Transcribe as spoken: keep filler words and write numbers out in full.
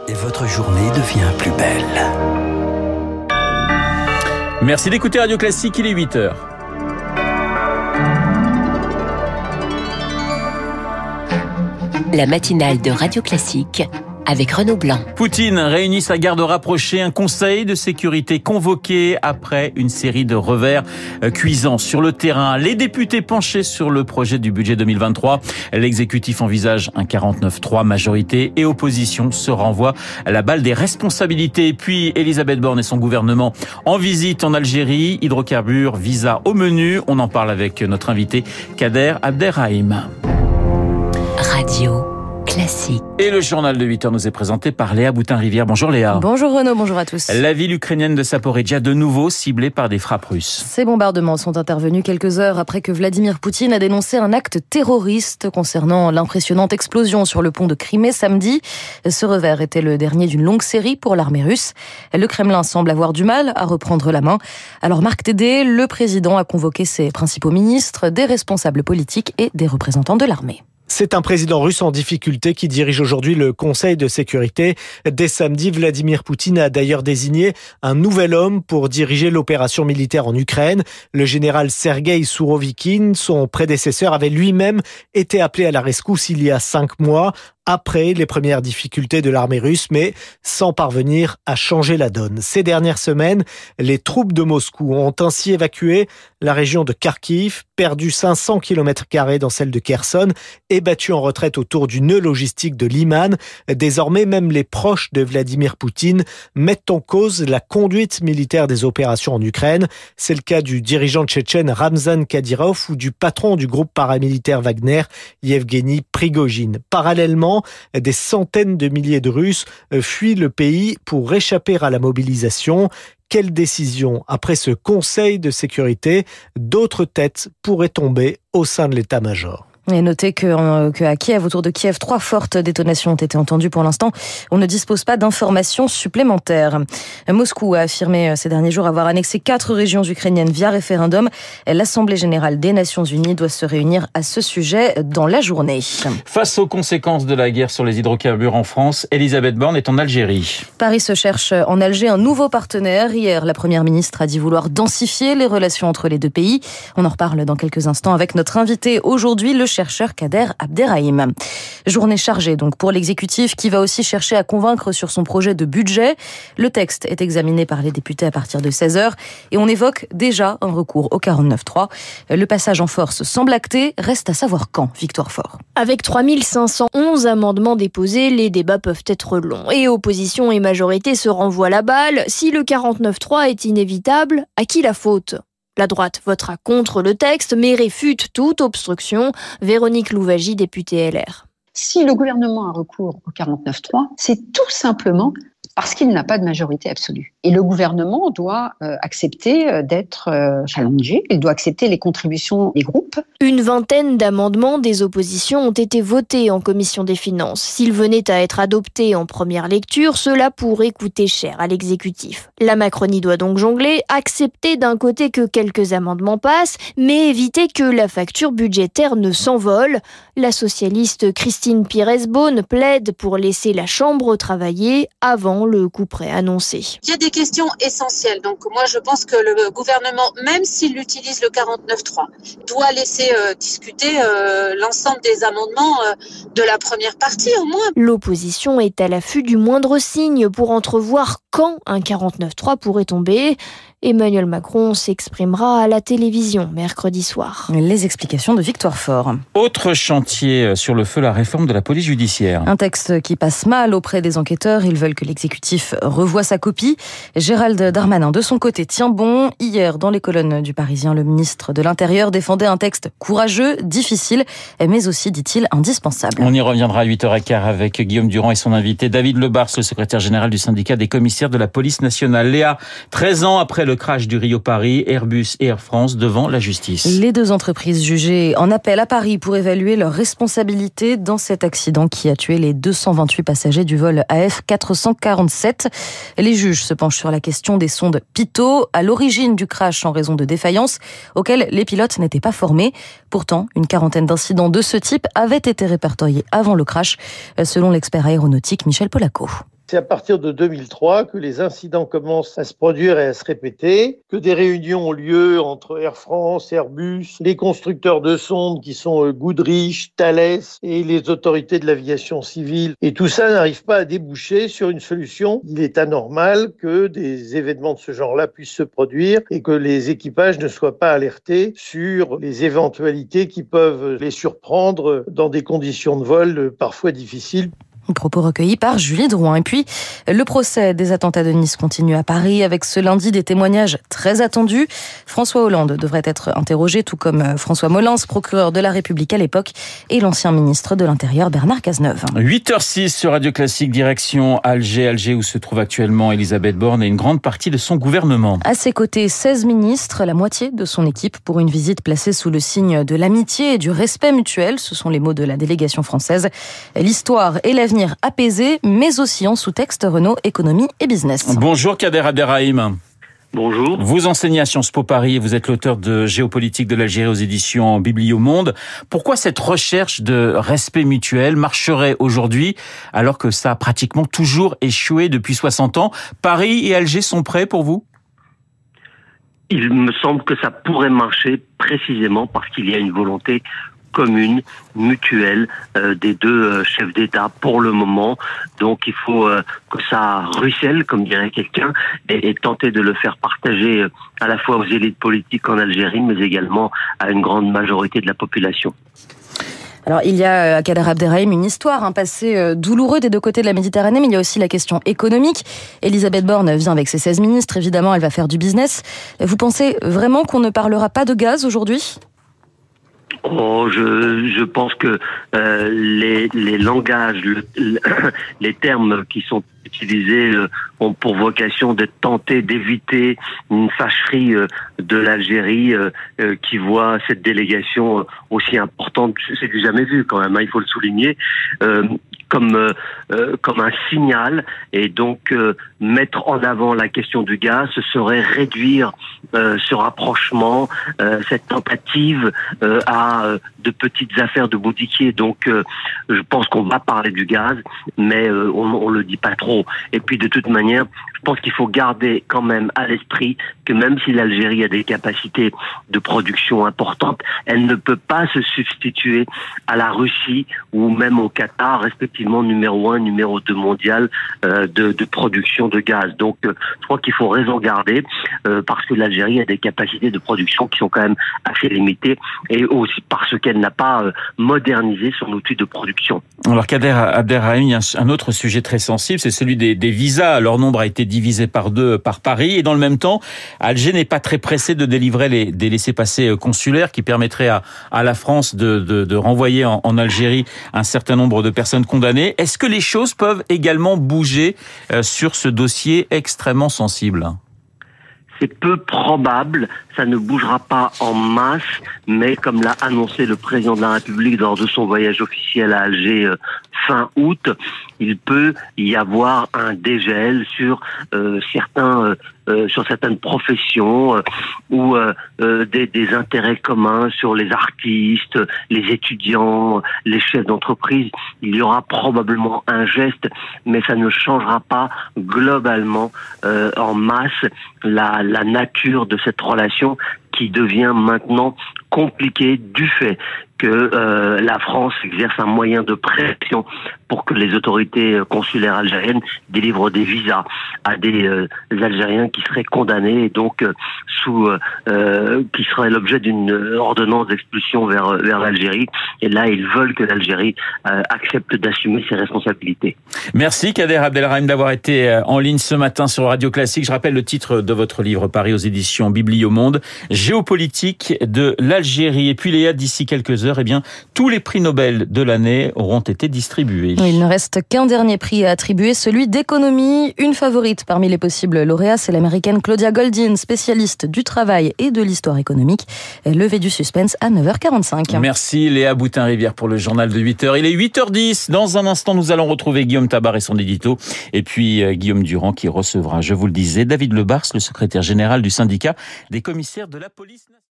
et votre journée devient plus belle. Merci d'écouter Radio Classique, il est huit heures. La matinale de Radio Classique avec Renaud Blanc. Poutine réunit sa garde rapprochée, un conseil de sécurité convoqué après une série de revers cuisants sur le terrain. Les députés penchés sur le projet du budget deux mille vingt-trois. L'exécutif envisage un quarante-neuf trois, majorité et opposition se renvoient la balle des responsabilités. Puis Elisabeth Borne et son gouvernement en visite en Algérie. Hydrocarbures, visa au menu. On en parle avec notre invité Kader Abderrahim. Radio Classique. Et le journal de huit heures nous est présenté par Léa Boutin-Rivière. Bonjour Léa. Bonjour Renaud, bonjour à tous. La ville ukrainienne de Zaporijia de nouveau ciblée par des frappes russes. Ces bombardements sont intervenus quelques heures après que Vladimir Poutine a dénoncé un acte terroriste concernant l'impressionnante explosion sur le pont de Crimée samedi. Ce revers était le dernier d'une longue série pour l'armée russe. Le Kremlin semble avoir du mal à reprendre la main. Alors Marc Tédé, le président, a convoqué ses principaux ministres, des responsables politiques et des représentants de l'armée. C'est un président russe en difficulté qui dirige aujourd'hui le Conseil de sécurité. Dès samedi, Vladimir Poutine a d'ailleurs désigné un nouvel homme pour diriger l'opération militaire en Ukraine. Le général Sergueï Sourovikine, son prédécesseur, avait lui-même été appelé à la rescousse il y a cinq mois. Après les premières difficultés de l'armée russe, mais sans parvenir à changer la donne. Ces dernières semaines, les troupes de Moscou ont ainsi évacué la région de Kharkiv, perdu cinq cents kilomètres carrés dans celle de Kherson et battu en retraite autour du nœud logistique de Liman. Désormais, même les proches de Vladimir Poutine mettent en cause la conduite militaire des opérations en Ukraine. C'est le cas du dirigeant tchétchène Ramzan Kadyrov ou du patron du groupe paramilitaire Wagner, Yevgeny Prigojine. Parallèlement, des centaines de milliers de Russes fuient le pays pour échapper à la mobilisation. Quelle décision après ce Conseil de sécurité? D'autres têtes pourraient tomber au sein de l'état-major. Et notez que, que à Kiev, autour de Kiev, trois fortes détonations ont été entendues. Pour l'instant, on ne dispose pas d'informations supplémentaires. Moscou a affirmé ces derniers jours avoir annexé quatre régions ukrainiennes via référendum. L'Assemblée générale des Nations unies doit se réunir à ce sujet dans la journée. Face aux conséquences de la guerre sur les hydrocarbures en France, Elisabeth Borne est en Algérie. Paris se cherche en Alger un nouveau partenaire. Hier, la première ministre a dit vouloir densifier les relations entre les deux pays. On en reparle dans quelques instants avec notre invité aujourd'hui, le chercheur Kader Abderrahim. Journée chargée donc pour l'exécutif qui va aussi chercher à convaincre sur son projet de budget. Le texte est examiné par les députés à partir de seize heures et on évoque déjà un recours au quarante-neuf trois. Le passage en force semble acté, reste à savoir quand, Victoire Fort. Avec trois mille cinq cent onze amendements déposés, les débats peuvent être longs. Et opposition et majorité se renvoient la balle. Si le quarante-neuf trois est inévitable, à qui la faute ? La droite votera contre le texte, mais réfute toute obstruction. Véronique Louwagie, députée L R. Si le gouvernement a recours au quarante-neuf trois, c'est tout simplement parce qu'il n'a pas de majorité absolue. Et le gouvernement doit euh, accepter euh, d'être euh, challengé, il doit accepter les contributions des groupes. Une vingtaine d'amendements des oppositions ont été votés en commission des finances. S'ils venaient à être adoptés en première lecture, cela pourrait coûter cher à l'exécutif. La Macronie doit donc jongler, accepter d'un côté que quelques amendements passent, mais éviter que la facture budgétaire ne s'envole. La socialiste Christine Pires-Beaune plaide pour laisser la Chambre travailler avant le couperet annoncé. Il y a des questions essentielles. Donc moi je pense que le gouvernement, même s'il utilise le quarante-neuf trois, doit laisser euh, discuter euh, l'ensemble des amendements euh, de la première partie au moins. L'opposition est à l'affût du moindre signe pour entrevoir quand un quarante-neuf trois pourrait tomber. Emmanuel Macron s'exprimera à la télévision mercredi soir. Les explications de Victoire Fort. Autre chantier sur le feu, la réforme de la police judiciaire. Un texte qui passe mal auprès des enquêteurs. Ils veulent que l'exécutif revoie sa copie. Gérald Darmanin, de son côté, tient bon. Hier, dans les colonnes du Parisien, le ministre de l'Intérieur défendait un texte courageux, difficile, mais aussi, dit-il, indispensable. On y reviendra à huit heures quinze avec Guillaume Durand et son invité David Lebars, le secrétaire général du syndicat des commissaires de la police nationale. Léa, treize ans après le crash du Rio Paris, Airbus et Air France devant la justice. Les deux entreprises jugées en appel à Paris pour évaluer leur responsabilité dans cet accident qui a tué les deux cent vingt-huit passagers du vol A F quatre cent quarante-sept. Les juges se penchent sur la question des sondes Pitot, à l'origine du crash en raison de défaillances auxquelles les pilotes n'étaient pas formés. Pourtant, une quarantaine d'incidents de ce type avaient été répertoriés avant le crash, selon l'expert aéronautique Michel Polaco. C'est à partir de deux mille trois que les incidents commencent à se produire et à se répéter, que des réunions ont lieu entre Air France, Airbus, les constructeurs de sondes qui sont Goodrich, Thales et les autorités de l'aviation civile. Et tout ça n'arrive pas à déboucher sur une solution. Il est anormal que des événements de ce genre-là puissent se produire et que les équipages ne soient pas alertés sur les éventualités qui peuvent les surprendre dans des conditions de vol parfois difficiles. Propos recueillis par Julie Drouin. Et puis, le procès des attentats de Nice continue à Paris avec ce lundi des témoignages très attendus. François Hollande devrait être interrogé, tout comme François Molins, procureur de la République à l'époque, et l'ancien ministre de l'Intérieur Bernard Cazeneuve. huit heures six sur Radio Classique, direction Alger. Alger où se trouve actuellement Elisabeth Borne et une grande partie de son gouvernement. À ses côtés, seize ministres, la moitié de son équipe, pour une visite placée sous le signe de l'amitié et du respect mutuel. Ce sont les mots de la délégation française. L'histoire et l'avenir apaisé, mais aussi en sous-texte Renault, économie et business. Bonjour Kader Abderrahim. Bonjour. Vous enseignez à Sciences Po Paris et vous êtes l'auteur de Géopolitique de l'Algérie aux éditions Bibliomonde. Pourquoi cette recherche de respect mutuel marcherait aujourd'hui alors que ça a pratiquement toujours échoué depuis soixante ans? Paris et Alger sont prêts pour vous? Il me semble que ça pourrait marcher précisément parce qu'il y a une volonté commune, mutuelle euh, des deux euh, chefs d'État pour le moment. Donc il faut euh, que ça ruisselle, comme dirait quelqu'un, et, et tenter de le faire partager euh, à la fois aux élites politiques en Algérie, mais également à une grande majorité de la population. Alors, il y a à Kader Abderrahim une histoire, un passé douloureux des deux côtés de la Méditerranée, mais il y a aussi la question économique. Elisabeth Borne vient avec ses seize ministres, évidemment, elle va faire du business. Vous pensez vraiment qu'on ne parlera pas de gaz aujourd'hui ? Oh, je, je pense que euh, les, les langages, le, le, les termes qui sont utilisés euh, ont pour vocation d'être tentés d'éviter une fâcherie euh, de l'Algérie euh, euh, qui voit cette délégation euh, aussi importante. C'est du jamais vu quand même, hein, il faut le souligner. Euh, comme euh, euh, comme un signal, et donc euh, mettre en avant la question du gaz, ce serait réduire euh, ce rapprochement, euh, cette tentative euh, à euh, de petites affaires de boutiquier. Donc euh, je pense qu'on va parler du gaz, mais euh, on, on le dit pas trop. Et puis de toute manière, je pense qu'il faut garder quand même à l'esprit que même si l'Algérie a des capacités de production importantes, elle ne peut pas se substituer à la Russie ou même au Qatar, respectivement numéro un, numéro deux mondial euh, de, de production de gaz. Donc euh, je crois qu'il faut raison garder euh, parce que l'Algérie a des capacités de production qui sont quand même assez limitées, et aussi parce qu'elle n'a pas euh, modernisé son outil de production. Alors Kader Abderrahim, il y a un autre sujet très sensible, c'est celui des, des visas. Leur nombre a été divisé par deux par Paris, et dans le même temps, Alger n'est pas très pressé de délivrer les, des laissez-passer consulaires qui permettraient à, à la France de, de, de renvoyer en, en Algérie un certain nombre de personnes condamnées. Est-ce que les choses peuvent également bouger euh, sur ce dossier extrêmement sensible ? C'est peu probable, ça ne bougera pas en masse, mais comme l'a annoncé le président de la République lors de son voyage officiel à Alger euh, fin août, il peut y avoir un dégel sur euh, certains euh, euh, sur certaines professions euh, ou euh, euh, des, des intérêts communs sur les artistes, les étudiants, les chefs d'entreprise. Il y aura probablement un geste, mais ça ne changera pas globalement euh, en masse la, la nature de cette relation qui devient maintenant compliquée du fait que euh, la France exerce un moyen de pression pour que les autorités consulaires algériennes délivrent des visas à des euh, Algériens qui seraient condamnés et donc euh, sous euh, qui seraient l'objet d'une ordonnance d'expulsion vers vers l'Algérie. Et là, ils veulent que l'Algérie euh, accepte d'assumer ses responsabilités. Merci Kader Abderrahim d'avoir été en ligne ce matin sur Radio Classique. Je rappelle le titre de votre livre paru aux éditions Bibliomonde, Géopolitique de l'Algérie. Et puis Léa, d'ici quelques heures, eh bien, tous les prix Nobel de l'année auront été distribués. Il ne reste qu'un dernier prix à attribuer, celui d'économie. Une favorite parmi les possibles lauréats, c'est l'américaine Claudia Goldin, spécialiste du travail et de l'histoire économique. Levée du suspense à neuf heures quarante-cinq. Merci Léa Boutin-Rivière pour le journal de huit heures. Il est huit heures dix. Dans un instant, nous allons retrouver Guillaume Tabar et son édito. Et puis euh, Guillaume Durand qui recevra, je vous le disais, David Lebars, le secrétaire général du syndicat des commissaires de la police nationale.